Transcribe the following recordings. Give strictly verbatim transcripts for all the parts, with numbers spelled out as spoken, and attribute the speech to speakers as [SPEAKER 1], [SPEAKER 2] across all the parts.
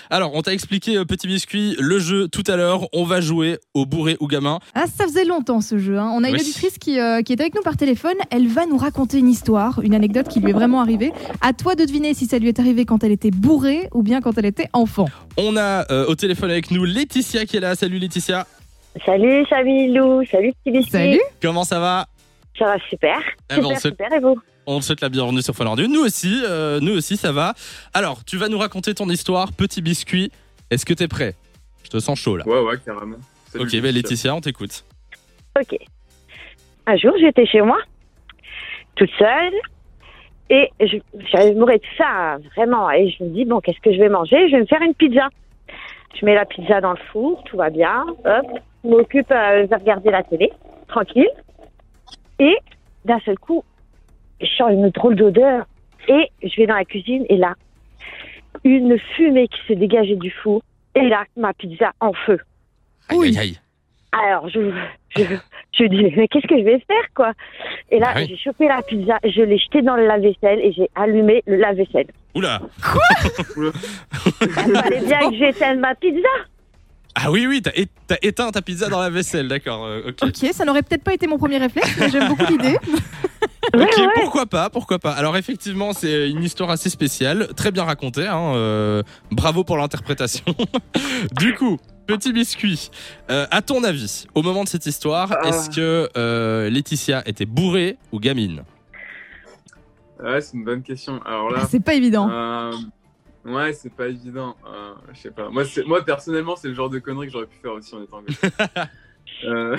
[SPEAKER 1] Alors, on t'a expliqué, euh, petit biscuit, le jeu tout à l'heure. On va jouer au bourré ou gamin.
[SPEAKER 2] Ah, ça faisait longtemps ce jeu. Hein. On a une
[SPEAKER 1] Oui.
[SPEAKER 2] auditrice qui, euh, qui est avec nous par téléphone. Elle va nous raconter une histoire, une anecdote qui lui est vraiment arrivée. À toi de deviner si ça lui est arrivé quand elle était bourrée ou bien quand elle était enfant.
[SPEAKER 1] On a euh, au téléphone avec nous Laetitia qui est là. Salut Laetitia.
[SPEAKER 3] Salut Chamilou, salut petit biscuit.
[SPEAKER 2] Salut.
[SPEAKER 1] Comment ça va?
[SPEAKER 3] Ça va super.
[SPEAKER 1] Eh ben,
[SPEAKER 3] Super,
[SPEAKER 1] on se-
[SPEAKER 3] super, et vous?
[SPEAKER 1] On te souhaite la bienvenue sur Fun Radio. Nous aussi, euh, nous aussi, ça va. Alors, tu vas nous raconter ton histoire, petit biscuit. Est-ce que t'es prêt? Je te sens chaud là.
[SPEAKER 4] Ouais, ouais, carrément. Salut,
[SPEAKER 1] Ok, bah, Laetitia, on t'écoute.
[SPEAKER 3] Ok. Un jour, j'étais chez moi, toute seule, et je, j'avais mouru de faim, vraiment. Et je me dis, bon, qu'est-ce que je vais manger? Je vais me faire une pizza. Je mets la pizza dans le four, tout va bien, hop. Je m'occupe euh, de regarder la télé, tranquille. Et d'un seul coup, je sens une drôle d'odeur. Et je vais dans la cuisine, et là, une fumée qui se dégageait du four. Et là, ma pizza en feu.
[SPEAKER 1] Aïe, aïe, aïe.
[SPEAKER 3] Alors, je, je, je me dis, mais qu'est-ce que je vais faire, quoi? Et là,
[SPEAKER 1] Ah oui.
[SPEAKER 3] j'ai chopé la pizza, je l'ai jetée dans le lave-vaisselle et j'ai allumé le lave-vaisselle.
[SPEAKER 1] Oula.
[SPEAKER 3] Il fallait bien que j'éteigne ma pizza.
[SPEAKER 1] Ah oui, oui, t'as, é- t'as éteint ta pizza dans la vaisselle, d'accord. euh, ok.
[SPEAKER 2] Ok, ça n'aurait peut-être pas été mon premier réflexe, mais j'aime beaucoup l'idée.
[SPEAKER 3] Ouais,
[SPEAKER 1] Ok,
[SPEAKER 3] ouais.
[SPEAKER 1] pourquoi pas, pourquoi pas. Alors effectivement, c'est une histoire assez spéciale, très bien racontée. Hein, euh, bravo pour l'interprétation. Du coup, petit biscuit. euh, à ton avis, au moment de cette histoire,
[SPEAKER 4] Ah.
[SPEAKER 1] est-ce que euh, Laetitia était bourrée ou gamine?
[SPEAKER 4] Ouais, c'est une bonne question. Alors là,
[SPEAKER 2] Ah, c'est pas évident.
[SPEAKER 4] euh, ouais, c'est pas évident. Euh, je sais pas. Moi, c'est, moi, personnellement, c'est le genre de connerie que j'aurais pu faire aussi en étant gosse. euh...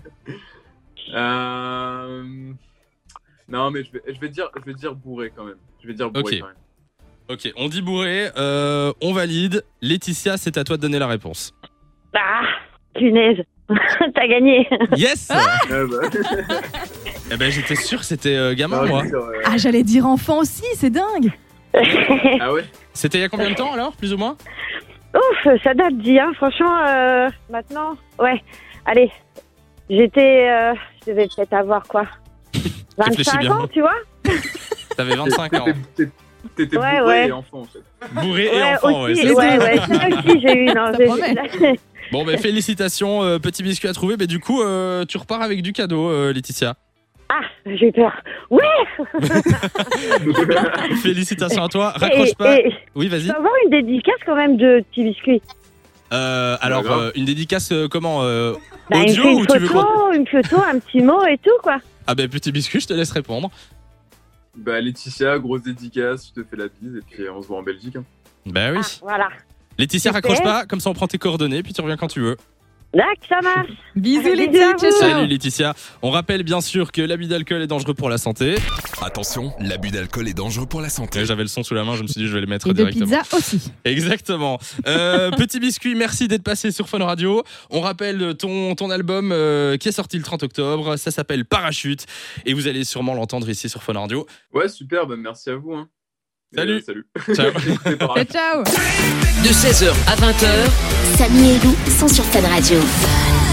[SPEAKER 4] euh... Non, mais je vais, je vais dire, je vais dire bourré quand même. Je vais dire bourré
[SPEAKER 1] Ok.
[SPEAKER 4] quand même.
[SPEAKER 1] Ok, on dit bourré, euh, on valide. Laetitia, c'est à toi de donner la réponse.
[SPEAKER 3] Ah, punaise. T'as gagné.
[SPEAKER 1] Yes.
[SPEAKER 4] Ouais, bah.
[SPEAKER 1] Eh ben, j'étais sûr que c'était euh, gamin,
[SPEAKER 4] Ah,
[SPEAKER 1] moi.
[SPEAKER 4] c'est vrai.
[SPEAKER 2] Ah, j'allais dire enfant aussi, c'est dingue.
[SPEAKER 4] Ah ouais.
[SPEAKER 1] C'était il y a combien de temps alors, plus ou moins?
[SPEAKER 3] Ouf, ça date d'il, hein. Franchement, euh, maintenant, ouais. Allez, j'étais, euh, je devais peut-être avoir quoi,
[SPEAKER 1] Réfléchis
[SPEAKER 3] vingt-cinq
[SPEAKER 1] bien.
[SPEAKER 3] ans, tu vois?
[SPEAKER 1] T'avais vingt-cinq ans.
[SPEAKER 4] T'étais- t'étais- T'étais
[SPEAKER 3] Ouais,
[SPEAKER 4] bourré
[SPEAKER 3] ouais.
[SPEAKER 4] et enfant en fait.
[SPEAKER 1] Bourré et
[SPEAKER 3] Ouais,
[SPEAKER 1] enfant, ouais.
[SPEAKER 3] aussi,
[SPEAKER 1] c'est ça.
[SPEAKER 3] ouais, ouais, ça aussi j'ai eu. Non,
[SPEAKER 2] Ça
[SPEAKER 3] j'ai-
[SPEAKER 2] promet.
[SPEAKER 1] Bon, ben félicitations, euh, petit biscuit à trouver. Ben, du coup, euh, tu repars avec du cadeau, euh, Laetitia.
[SPEAKER 3] Ah, j'ai peur. Ouais.
[SPEAKER 1] Félicitations à toi. Raccroche
[SPEAKER 3] Et-
[SPEAKER 1] pas.
[SPEAKER 3] et-
[SPEAKER 1] Oui,
[SPEAKER 3] Je
[SPEAKER 1] vas-y.
[SPEAKER 3] peux avoir une dédicace quand même de petit biscuit.
[SPEAKER 1] Euh, alors,
[SPEAKER 4] grave.
[SPEAKER 1] euh, une dédicace, euh, comment euh,
[SPEAKER 3] Bah, il me
[SPEAKER 1] audio
[SPEAKER 3] fait
[SPEAKER 1] ou
[SPEAKER 3] une
[SPEAKER 1] tu veux qu'on...
[SPEAKER 3] photo, une photo, un petit mot et tout quoi.
[SPEAKER 1] Ah, ben, petit biscuit, je te laisse répondre.
[SPEAKER 4] Bah Laetitia, grosse dédicace, je te fais la bise et puis on se voit en Belgique. Hein.
[SPEAKER 1] Ben oui.
[SPEAKER 3] Ah, voilà.
[SPEAKER 1] Laetitia,
[SPEAKER 3] super.
[SPEAKER 1] raccroche pas, comme ça on prend tes coordonnées, puis tu reviens quand tu veux.
[SPEAKER 3] D'accord, ça marche.
[SPEAKER 2] Bisous
[SPEAKER 3] Bisous
[SPEAKER 2] les petits,
[SPEAKER 3] à vous.
[SPEAKER 2] ciao, ciao.
[SPEAKER 1] Salut Laetitia. On rappelle bien sûr que l'abus d'alcool est dangereux pour la santé.
[SPEAKER 5] Attention, l'abus d'alcool est dangereux pour la santé.
[SPEAKER 1] Ouais, J'avais le son sous la main, je me suis dit je vais le mettre
[SPEAKER 2] Et de
[SPEAKER 1] directement.
[SPEAKER 2] pizza aussi.
[SPEAKER 1] Exactement. Euh, petit biscuit, merci d'être passé sur Fun Radio. On rappelle ton, ton album euh, qui est sorti le trente octobre. Ça s'appelle Parachute. Et vous allez sûrement l'entendre ici sur Fun Radio.
[SPEAKER 4] Ouais, super, bah merci à vous. Hein. Et,
[SPEAKER 1] Salut.
[SPEAKER 4] euh, salut.
[SPEAKER 1] Ciao.
[SPEAKER 4] C'est pareil.
[SPEAKER 2] Ciao, ciao.
[SPEAKER 6] De seize heures à vingt heures,
[SPEAKER 7] Samy et Lou sont sur Fun Radio.